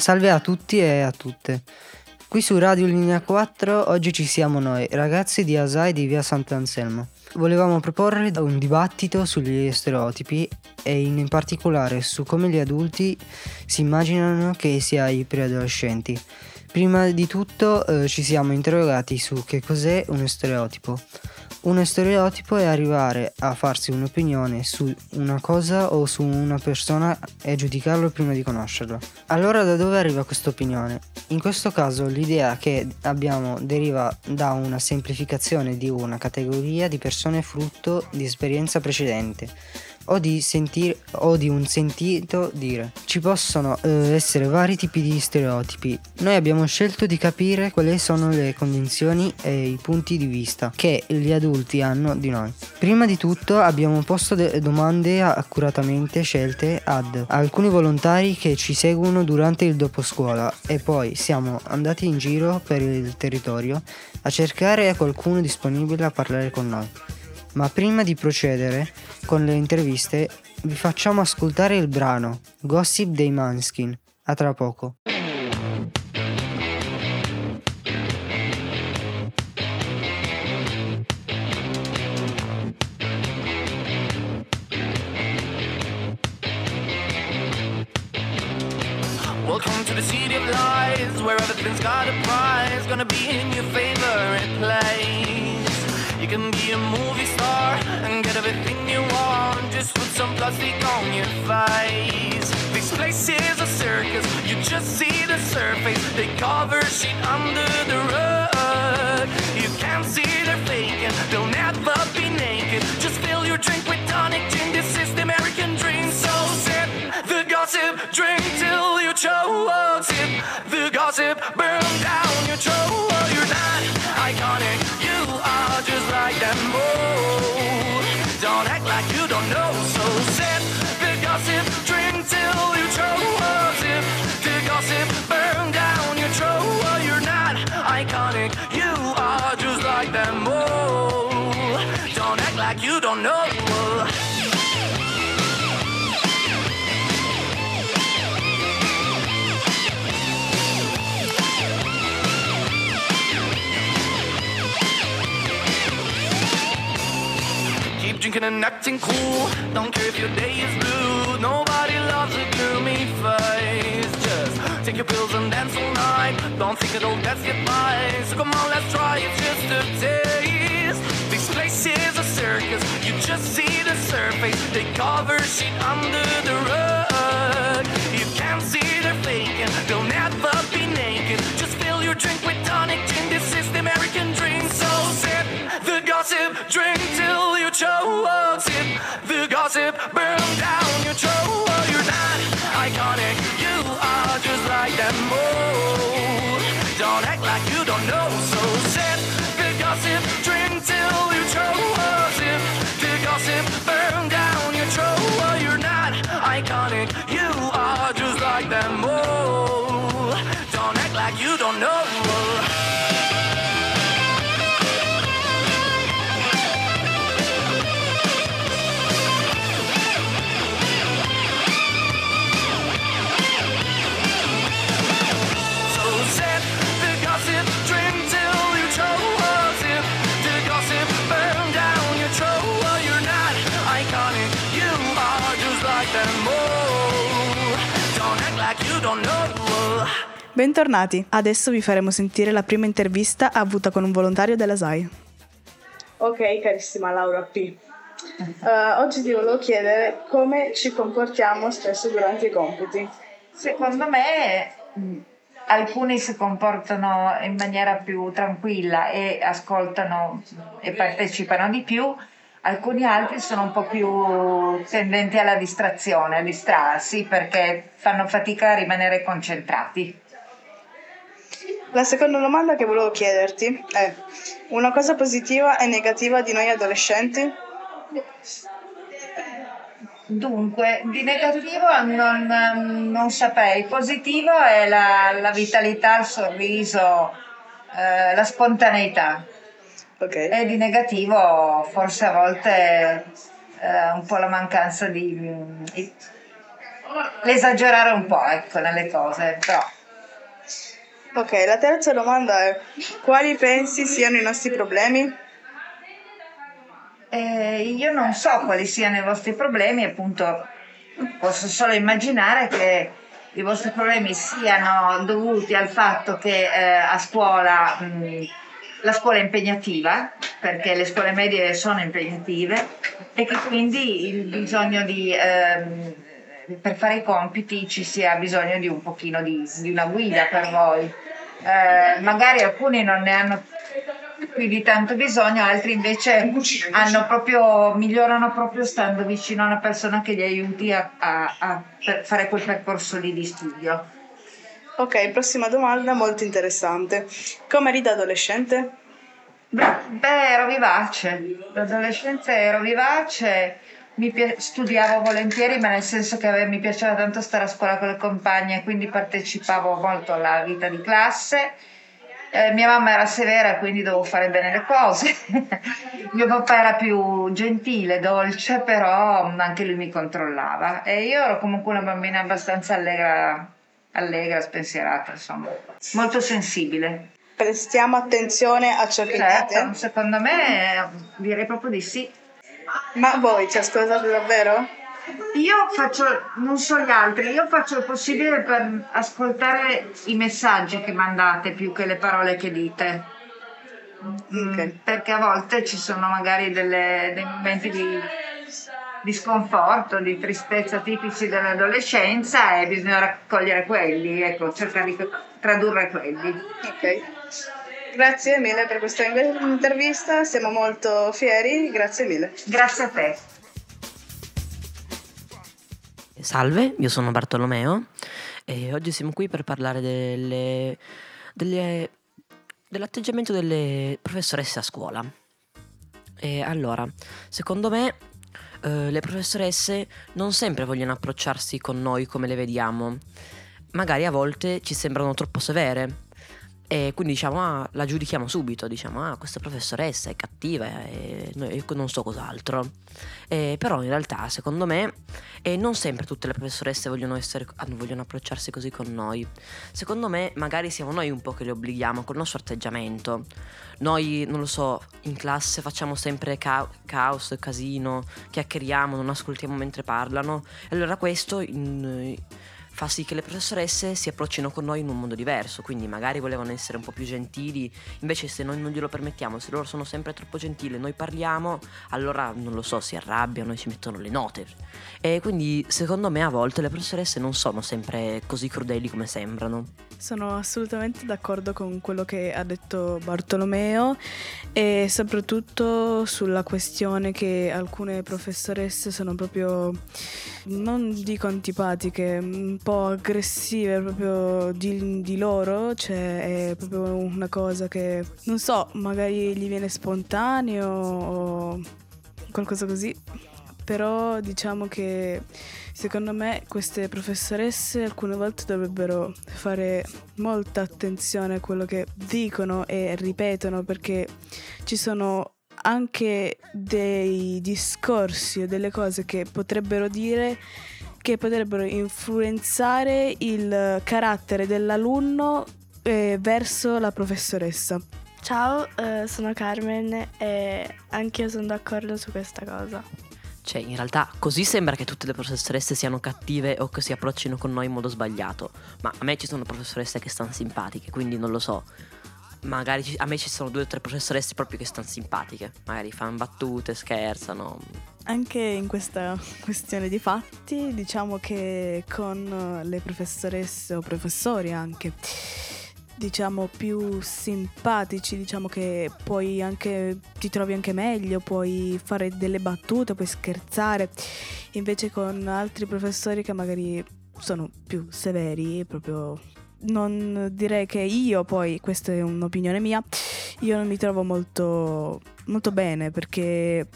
Salve a tutti e a tutte. Qui su Radio Linea 4 oggi ci siamo noi, ragazzi di ASAI di via Sant'Anselmo. Volevamo proporre un dibattito sugli stereotipi e in particolare su come gli adulti si immaginano che sia i preadolescenti. Prima di tutto ci siamo interrogati su che cos'è uno stereotipo. Uno stereotipo è arrivare a farsi un'opinione su una cosa o su una persona e giudicarlo prima di conoscerlo. Allora da dove arriva questa opinione? In questo caso l'idea che abbiamo deriva da una semplificazione di una categoria di persone frutto di esperienza precedente o di un sentito dire. Ci possono essere vari tipi di stereotipi. Noi abbiamo scelto di capire quali sono le convinzioni e i punti di vista che gli adulti hanno di noi. Prima di tutto abbiamo posto domande accuratamente scelte ad alcuni volontari che ci seguono durante il doposcuola e poi siamo andati in giro per il territorio a cercare qualcuno disponibile a parlare con noi. Ma prima di procedere con le interviste vi facciamo ascoltare il brano Gossip dei Måneskin. A tra poco. Welcome to the city of lies, where everything's got a prize, gonna be in your favorite place. You can be a movie star and get everything you want, just put some plastic on your face. This place is a circus, you just see the surface, they cover shit under the rug. You can't see they're faking, they'll never be naked, just fill your drink with tonic gin, this is the American dream. So sip the gossip, drink till you choke, sip the gossip, burn down your throat. You're not iconic, you are just like them all. Don't act like you don't know. So sip the gossip, drink till you choke, sip the gossip, burn down your throat. You're not iconic, you are just like them all. Don't act like you don't know. Drinking and acting cool, don't care if your day is blue. Nobody loves a gloomy face. Just take your pills and dance all night. Don't think it'll get you by. So come on, let's try it just a taste. This place is a circus, you just see the surface. They cover shit under the rug. You can't see they're faking, they'll never be naked. Just fill your drink with tonic gin, this is the American dream. So sip the gossip, drink till you choke, sip the gossip, burn down your throat. You're not iconic, you are just like them all. Don't act like you don't know. So sip the gossip, drink till you choke, sip the gossip, burn down your throat. You're not iconic, you are just like them all. Don't act like you don't know. Bentornati, adesso vi faremo sentire la prima intervista avuta con un volontario della SAI. Ok, carissima Laura P. Oggi ti volevo chiedere come ci comportiamo spesso durante i compiti. Secondo me alcuni si comportano in maniera più tranquilla e ascoltano e partecipano di più, alcuni altri sono un po' più tendenti alla distrazione, a distrarsi perché fanno fatica a rimanere concentrati. La seconda domanda che volevo chiederti è: una cosa positiva e negativa di noi adolescenti? Dunque, di negativo non saprei. Positivo è la vitalità, il sorriso, la spontaneità. Okay. E di negativo forse a volte un po' la mancanza di l'esagerare un po', ecco, nelle cose, però Ok, la terza domanda è: quali pensi siano i nostri problemi? Io non so quali siano i vostri problemi, appunto, posso solo immaginare che i vostri problemi siano dovuti al fatto che a scuola la scuola è impegnativa, perché le scuole medie sono impegnative e che quindi il bisogno per fare i compiti ci sia bisogno di un pochino di una guida per voi. Magari alcuni non ne hanno più di tanto bisogno, altri invece migliorano proprio stando vicino a una persona che li aiuti a fare quel percorso lì di studio. Ok, prossima domanda molto interessante. Come eri da adolescente? Beh, ero vivace, l'adolescenza ero vivace, studiavo volentieri, ma nel senso che mi piaceva tanto stare a scuola con le compagne, quindi partecipavo molto alla vita di classe. Mia mamma era severa, quindi dovevo fare bene le cose. Mio papà era più gentile, dolce, però anche lui mi controllava. E io ero comunque una bambina abbastanza allegra, spensierata, insomma, molto sensibile. Prestiamo attenzione a ciò che Certo, dite? secondo me direi proprio di sì. Ma voi ci ascoltate davvero? Non so gli altri, io faccio il possibile per ascoltare i messaggi che mandate più che le parole che dite. Ok. Perché a volte ci sono magari dei momenti di sconforto, di tristezza tipici dell'adolescenza e bisogna raccogliere quelli, ecco, cercare di tradurre quelli. Ok. Grazie mille per questa intervista, siamo molto fieri, grazie mille. Grazie a te. Salve, io sono Bartolomeo e oggi siamo qui per parlare dell'atteggiamento delle professoresse a scuola. E allora, secondo me le professoresse non sempre vogliono approcciarsi con noi come le vediamo, magari a volte ci sembrano troppo severe. E quindi diciamo, la giudichiamo subito, diciamo, questa professoressa è cattiva e non so cos'altro. Però in realtà, secondo me, non sempre tutte le professoresse vogliono approcciarsi così con noi. Secondo me, magari siamo noi un po' che le obblighiamo col nostro atteggiamento. Noi, non lo so, in classe facciamo sempre caos, casino, chiacchieriamo, non ascoltiamo mentre parlano. E allora questo fa sì che le professoresse si approccino con noi in un modo diverso, quindi magari volevano essere un po' più gentili, invece se noi non glielo permettiamo, se loro sono sempre troppo gentili e noi parliamo, allora non lo so, si arrabbiano e ci mettono le note. E quindi secondo me a volte le professoresse non sono sempre così crudeli come sembrano. Sono assolutamente d'accordo con quello che ha detto Bartolomeo e soprattutto sulla questione che alcune professoresse sono proprio, non dico antipatiche, un po' aggressive proprio di loro, cioè è proprio una cosa che, non so, magari gli viene spontaneo o qualcosa così. Però diciamo che secondo me queste professoresse alcune volte dovrebbero fare molta attenzione a quello che dicono e ripetono, perché ci sono anche dei discorsi o delle cose che potrebbero dire che potrebbero influenzare il carattere dell'alunno verso la professoressa. Ciao, sono Carmen e anch'io sono d'accordo su questa cosa. Cioè, in realtà così sembra che tutte le professoresse siano cattive o che si approccino con noi in modo sbagliato. Ma a me ci sono professoresse che stanno simpatiche, quindi non lo so. Magari a me ci sono 2 o 3 professoresse proprio che stanno simpatiche. Magari fanno battute, scherzano. Anche in questa questione di fatti, diciamo che con le professoresse o professori anche, diciamo più simpatici, diciamo che poi anche ti trovi anche meglio, puoi fare delle battute, puoi scherzare, invece con altri professori che magari sono più severi, proprio non direi che io, poi questa è un'opinione mia, io non mi trovo molto molto bene, perché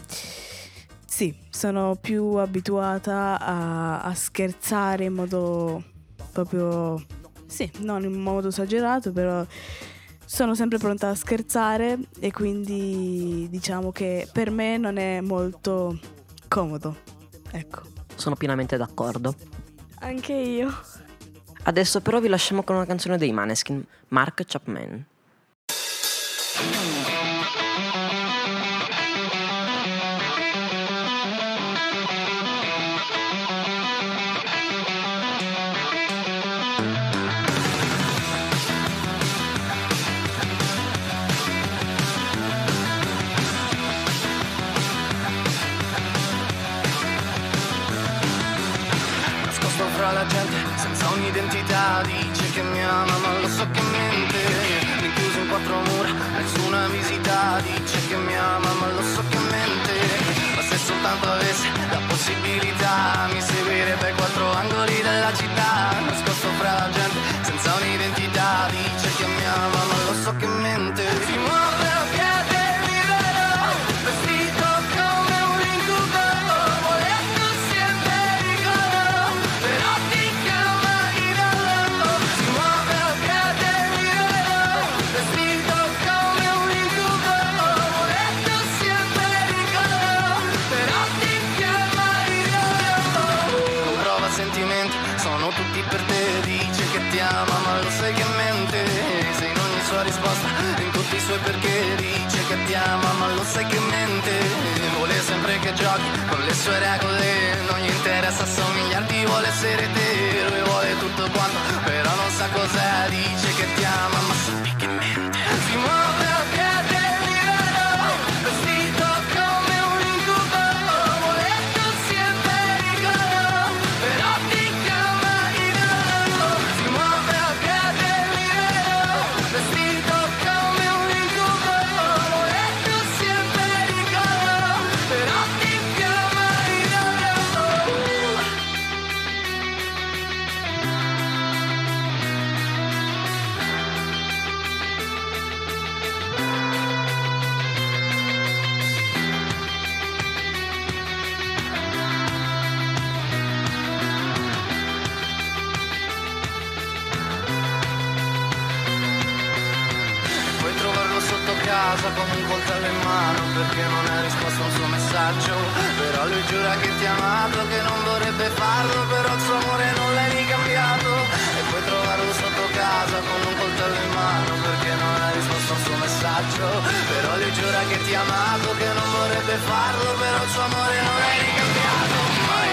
sì, sono più abituata a scherzare in modo proprio, sì, non in modo esagerato, però sono sempre pronta a scherzare e quindi diciamo che per me non è molto comodo, ecco. Sono pienamente d'accordo. Anche io. Adesso però vi lasciamo con una canzone dei Maneskin, Mark Chapman. Nascosto fra la gente, senza un'identità, dice che mi ama ma lo so che mente. Rinchiuso in quattro mura, nessuna visita, dice che mi ama ma lo so che mente. Ma se soltanto avesse la possibilità, mi seguirebbe ai quattro angoli della città. Nascosto fra la gente, senza un'identità, dice che mi ama ma lo so che mente. Si muove a piede, mi vedo, vestito come un incubo, volendo sempre ricordo, però ti chiama idolo. Si muove a piede, mi vedo, vestito come un incubo, volendo sempre ricordo, però ti chiama idolo. Non prova sentimenti, sono tutti per te, dice che ti ama ma lo sai che mente. Sei in ogni sua risposta, in tutti i suoi perché, dice che ti ama ma lo sai che mente. Vuole sempre che giochi con le sue regole, non gli interessa somigliarti, vuole essere te. Lui vuole tutto quanto, però non sa cos'è, dice che ti ama ma sappi che mente. Si muove a piede, mi vedo, vestito come un incubo, volendo sempre ricordo, però ti chiama idolo. Si muove a piede, mi vedo, vestito come un incubo, volendo sempre ricordo, però ti chiama idolo. Puoi trovarlo sotto casa con un coltello in mano perché non hai risposto a un suo messaggio. Però lui giura che ti ha amato, che non vorrebbe farlo, però il suo amore non l'hai ricambiato. E puoi trovarlo sotto casa con un coltello in mano perché non hai risposto a un suo messaggio. Però lui giura che ti ha amato, che non vorrebbe farlo, però il suo amore non l'hai ricambiato mai.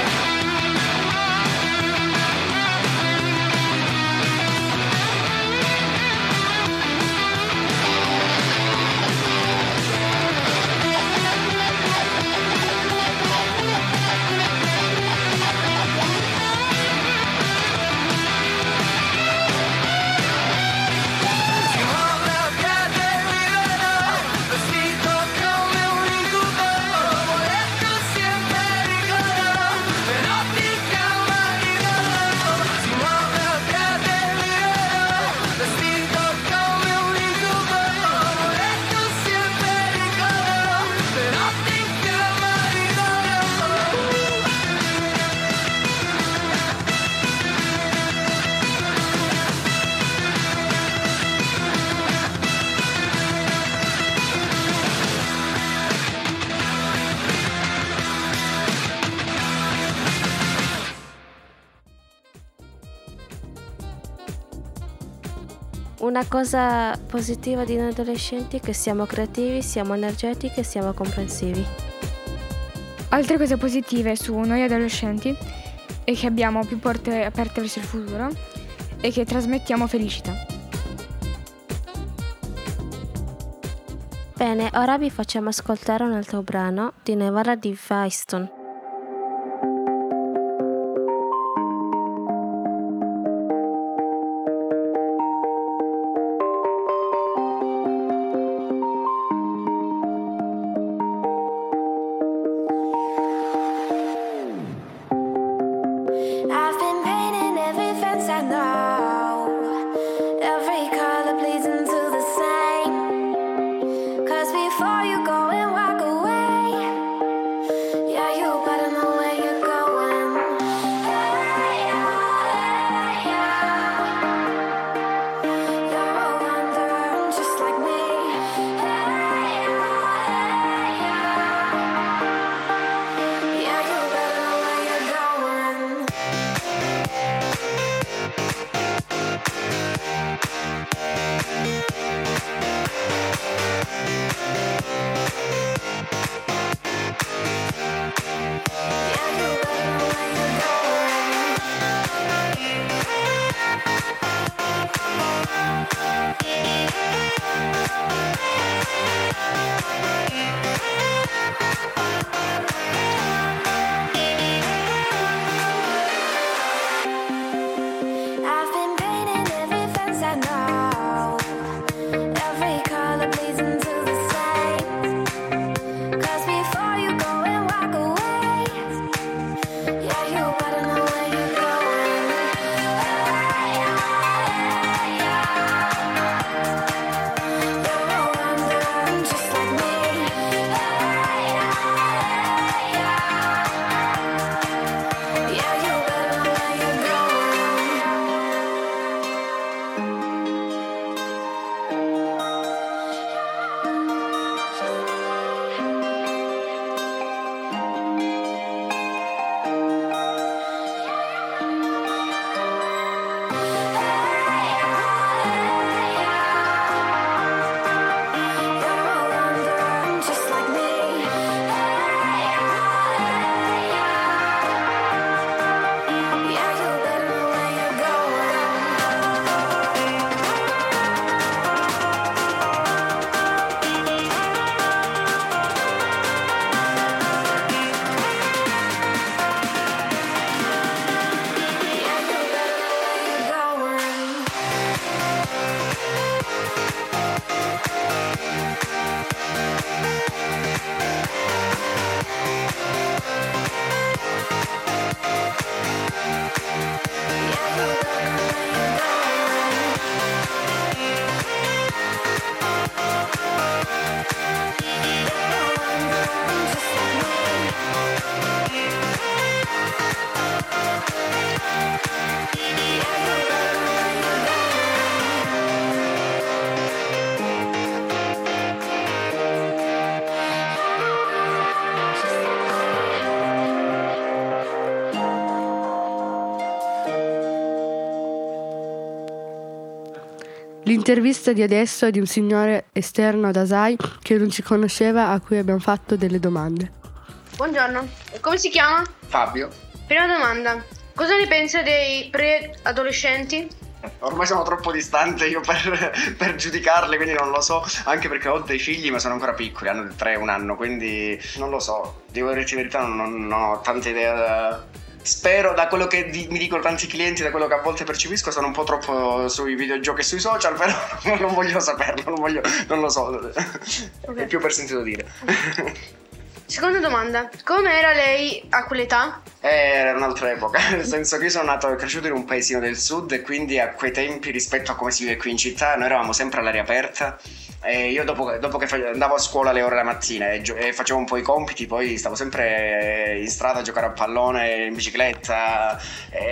Si muove a piede, mi vedo, vestito come un incubo, volendo sempre ricordo, però ti chiama idolo. Si muove a piede, mi vedo, vestito come un incubo, volendo sempre ricordo, però ti chiama idolo. Una cosa positiva di noi adolescenti è che siamo creativi, siamo energetici e siamo comprensivi. Altre cose positive su noi adolescenti è che abbiamo più porte aperte verso il futuro e che trasmettiamo felicità. Bene, ora vi facciamo ascoltare un altro brano di Nevada di Feiston. I've been painting every fence I know. Every color bleeds into the same. 'Cause before you go and walk away, yeah, you L'intervista di adesso è di un signore esterno ad Asai che non ci conosceva, a cui abbiamo fatto delle domande. Buongiorno, come si chiama? Fabio. Prima domanda, cosa ne pensa dei preadolescenti? Ormai sono troppo distante io per giudicarli, quindi non lo so, anche perché ho dei figli ma sono ancora piccoli, hanno 3 e 1 anno, quindi non lo so, devo dirti la verità, non ho tante idee. Spero, da quello che mi dicono tanti clienti, da quello che a volte percepisco, sono un po' troppo sui videogiochi e sui social, però non voglio saperlo, non lo so, okay. È più per sentito dire. Seconda domanda, come era lei a quell'età? Era un'altra epoca, nel senso che io sono nato e cresciuto in un paesino del sud e quindi a quei tempi, rispetto a come si vive qui in città, noi eravamo sempre all'aria aperta. E io dopo che andavo a scuola alle ore la mattina e facevo un po' i compiti, poi stavo sempre in strada a giocare a pallone, in bicicletta,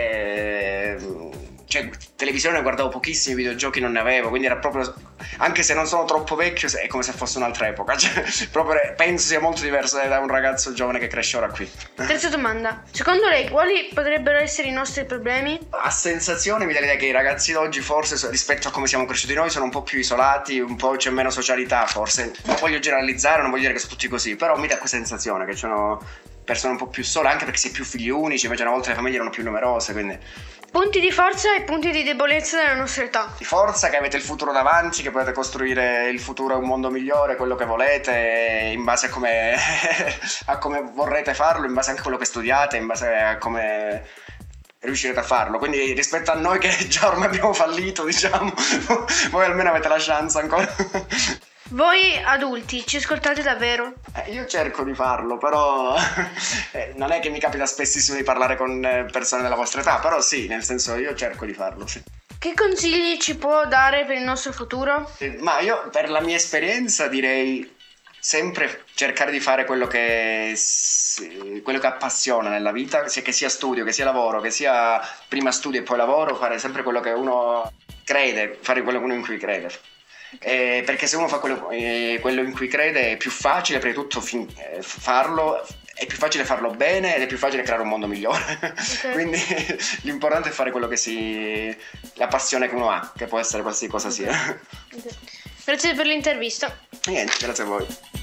cioè televisione guardavo pochissimi, videogiochi non ne avevo, quindi era proprio, anche se non sono troppo vecchio, è come se fosse un'altra epoca, cioè, proprio penso sia molto diverso da un ragazzo giovane che cresce ora qui. Terza domanda, secondo lei quali potrebbero essere i nostri problemi? A sensazione mi dà l'idea che i ragazzi d'oggi forse rispetto a come siamo cresciuti noi sono un po' più isolati, un po' c'è meno socialità forse, non voglio generalizzare, non voglio dire che sono tutti così, però mi dà questa sensazione che sono persone un po' più sole, anche perché si è più figli unici, invece una volta le famiglie erano più numerose, quindi... Punti di forza e punti di debolezza della nostra età. Di forza, che avete il futuro davanti, che potete costruire il futuro e un mondo migliore, quello che volete, in base a come, a come vorrete farlo, in base anche a quello che studiate, in base a come riuscirete a farlo. Quindi rispetto a noi che già ormai abbiamo fallito, diciamo, voi almeno avete la chance ancora. Voi adulti, ci ascoltate davvero? Io cerco di farlo, però non è che mi capita spessissimo di parlare con persone della vostra età, però sì, nel senso io cerco di farlo, sì. Che consigli ci può dare per il nostro futuro? Ma io, per la mia esperienza, direi sempre cercare di fare quello che appassiona nella vita, che sia studio, che sia lavoro, che sia prima studio e poi lavoro, fare sempre quello che uno crede, fare quello in cui crede. Perché se uno fa quello in cui crede è più facile, prima di tutto farlo, è più facile farlo bene ed è più facile creare un mondo migliore. Okay. Quindi l'importante è fare quello che la passione che uno ha, che può essere qualsiasi cosa sia. Okay. Grazie per l'intervista. Niente, grazie a voi.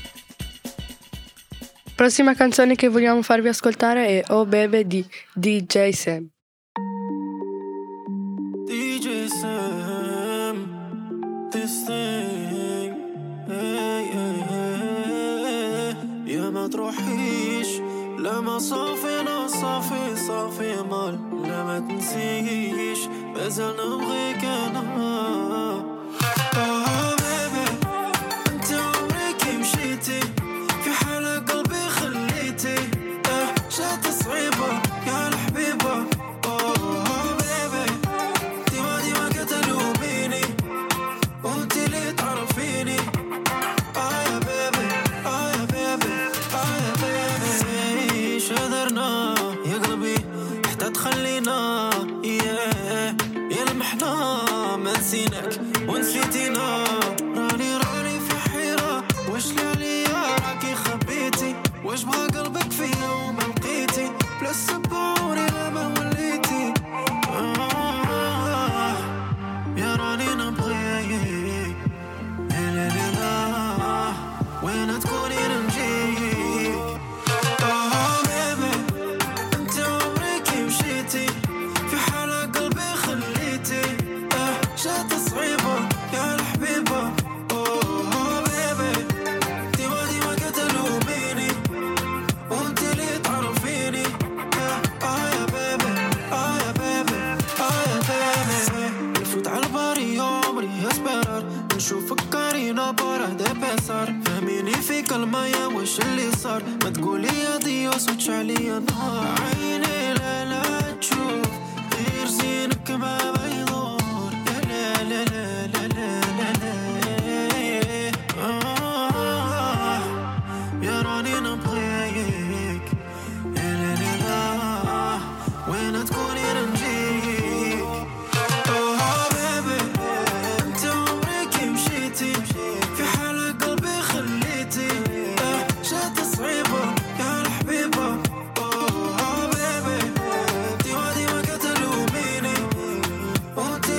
Prossima canzone che vogliamo farvi ascoltare è Oh Baby di DJ Sam. DJ Sam, this thing, hey, hey, hey. يا ما تروحيش لا ما صافينا صافي مال لا ما تنسيش مازال نبغيك انا. ونسيتينا راني في حيرة واش لعليا راكي خبيتي واش بغى قلبك فيا وما لقيتي بلا سبوري لما وليتي يا راني نبغيك لا لا لا وين تكوني نجيك بيبي انت عمرك مشيتي في حالة قلبي خليتي جات صعيبة يا الحبيبة بيبي ديما قتلوميني وانت اللي تعرفيني يا بيبي يا بيبي يا بيبي نفوت عالباري عمري اسبرار نشوفك كارينا برا دي بيسار فهميني في كلمة يا وش اللي صار ما تقولي يا ديوس وتش عليا نار عيني لا تشوف غير زينك ما بيضور يا راني نبغيك لا لا لا وين تكوني نجيك بيبي انت عمرك مشيتي في حالة قلبي خليتي جات صعيبة يا الحبيبة بيبي ديما قتلوميني وانت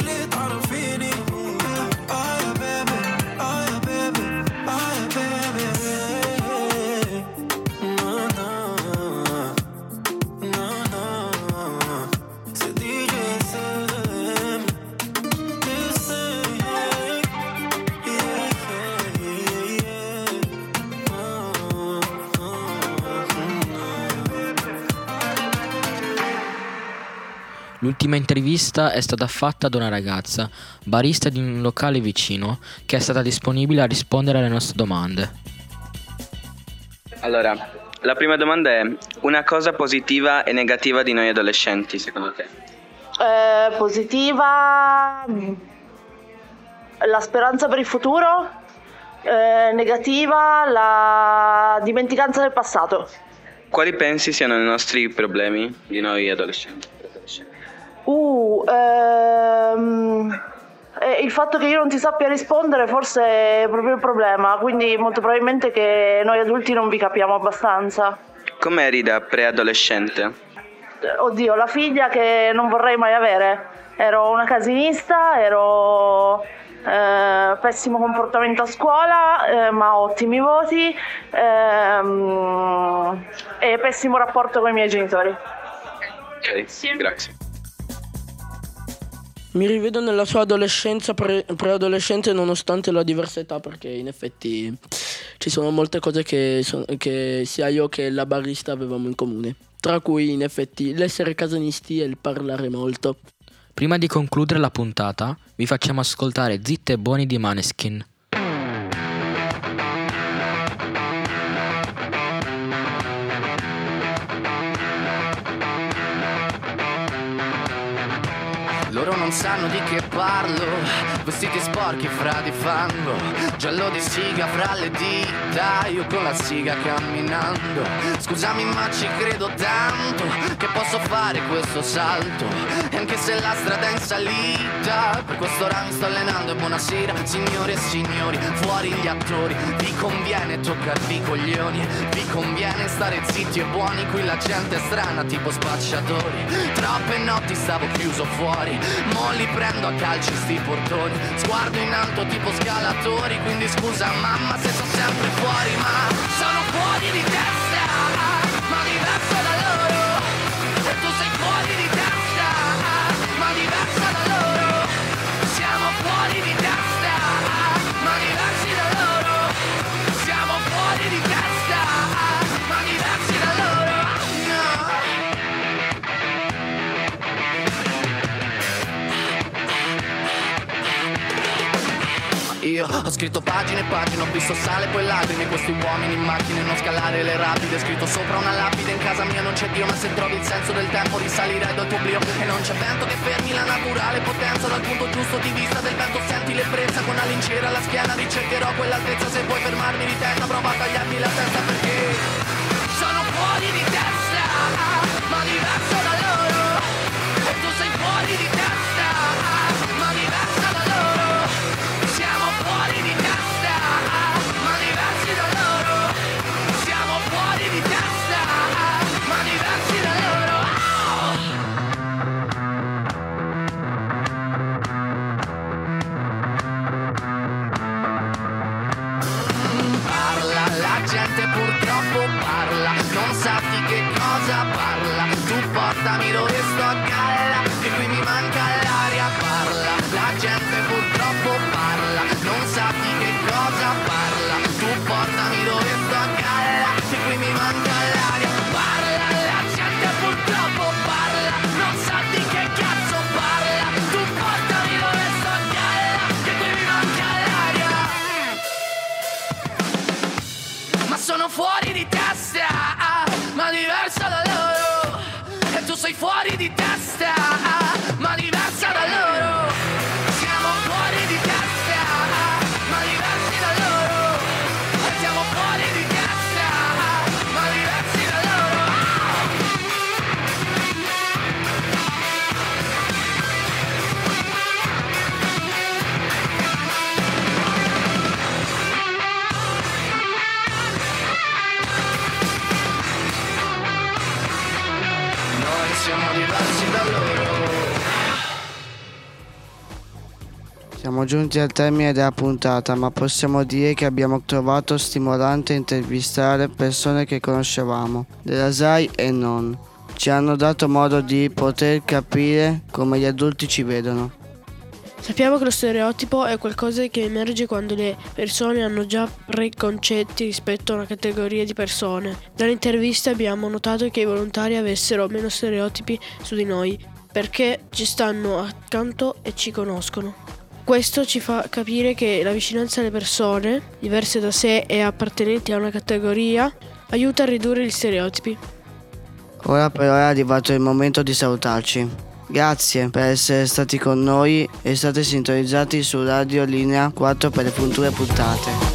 L'ultima intervista è stata fatta da una ragazza, barista di un locale vicino, che è stata disponibile a rispondere alle nostre domande. Allora, la prima domanda è: una cosa positiva e negativa di noi adolescenti, secondo te? Positiva, la speranza per il futuro, negativa, la dimenticanza del passato. Quali pensi siano i nostri problemi di noi adolescenti? Il fatto che io non ti sappia rispondere forse è proprio il problema, quindi molto probabilmente che noi adulti non vi capiamo abbastanza. Com'eri da preadolescente? Oddio, la figlia che non vorrei mai avere. Ero una casinista, ero pessimo comportamento a scuola, ma ottimi voti, e pessimo rapporto con i miei genitori. Ok, grazie. Mi rivedo nella sua adolescenza preadolescente nonostante la diversa età, perché in effetti ci sono molte cose che sia io che la barista avevamo in comune, tra cui in effetti l'essere casanisti e il parlare molto. Prima di concludere la puntata, vi facciamo ascoltare Zitti e Buoni di Maneskin. Loro non sanno di che parlo, vestiti sporchi fra di fango, giallo di siga fra le dita, io con la siga camminando. Scusami ma ci credo tanto che posso fare questo salto, e anche se la strada è in salita, per questo ora mi sto allenando. E buonasera signore e signori, fuori gli attori, vi conviene toccarvi i coglioni, vi conviene stare zitti e buoni, qui la gente è strana tipo spacciatori. Troppe notti stavo chiuso fuori, mo li prendo a calci sti portoni, sguardo in alto tipo scalatori, quindi scusa mamma se sono sempre fuori, ma sono fuori di testa, ma diverso da loro, e tu sei fuori di testa, ma diversa da loro, siamo fuori di testa, ma diversi da loro, siamo fuori di testa, ma diversi da loro, no. Io ho scritto pagine e pagine, ho visto sale poi lacrime, questi uomini in macchine, non scalare le rapide, scritto sopra una lapide, in casa mia non c'è Dio, ma se trovi il senso del tempo risalirai dal tuo oblio, e non c'è vento che fermi la naturale potenza, dal punto giusto di vista del vento senti l'ebbrezza, con la lincera alla schiena ricercherò quell'altezza, se vuoi fermarmi di testa prova a tagliarmi la testa, perché sono fuori di testa, ma diverso da loro, e tu sei fuori di testa, ma diversa da loro, siamo fuori di testa, ma diversi da loro, siamo fuori di testa, ma diversi da loro. Parla, la gente purtroppo parla, non sa di che cosa parla, tu portami dove sto a galla, che qui mi manca l'aria, parla, la gente purtroppo parla, non sa di che cosa parla, tu portami dove sto a galla, che qui mi manca l'aria, parla, la gente purtroppo parla, non sa di che cazzo parla, tu portami dove sto a galla, che qui mi manca l'aria, ma sono fuori di testa, ma diversa da loro, e tu sei fuori di testa, ma diversa da loro, siamo fuori di testa, ma diversi da loro, e siamo fuori di testa, ma diversi da loro. Noi siamo diversi da loro. Siamo giunti al termine della puntata, ma possiamo dire che abbiamo trovato stimolante intervistare persone che conoscevamo, della SAI e non. Ci hanno dato modo di poter capire come gli adulti ci vedono. Sappiamo che lo stereotipo è qualcosa che emerge quando le persone hanno già preconcetti rispetto a una categoria di persone. Dalle interviste abbiamo notato che i volontari avessero meno stereotipi su di noi. perché ci stanno accanto e ci conoscono. Questo ci fa capire che la vicinanza alle persone, diverse da sé e appartenenti a una categoria, aiuta a ridurre gli stereotipi. Ora però è arrivato il momento di salutarci. Grazie per essere stati con noi e state sintonizzati su Radio Linea 4 per le future puntate.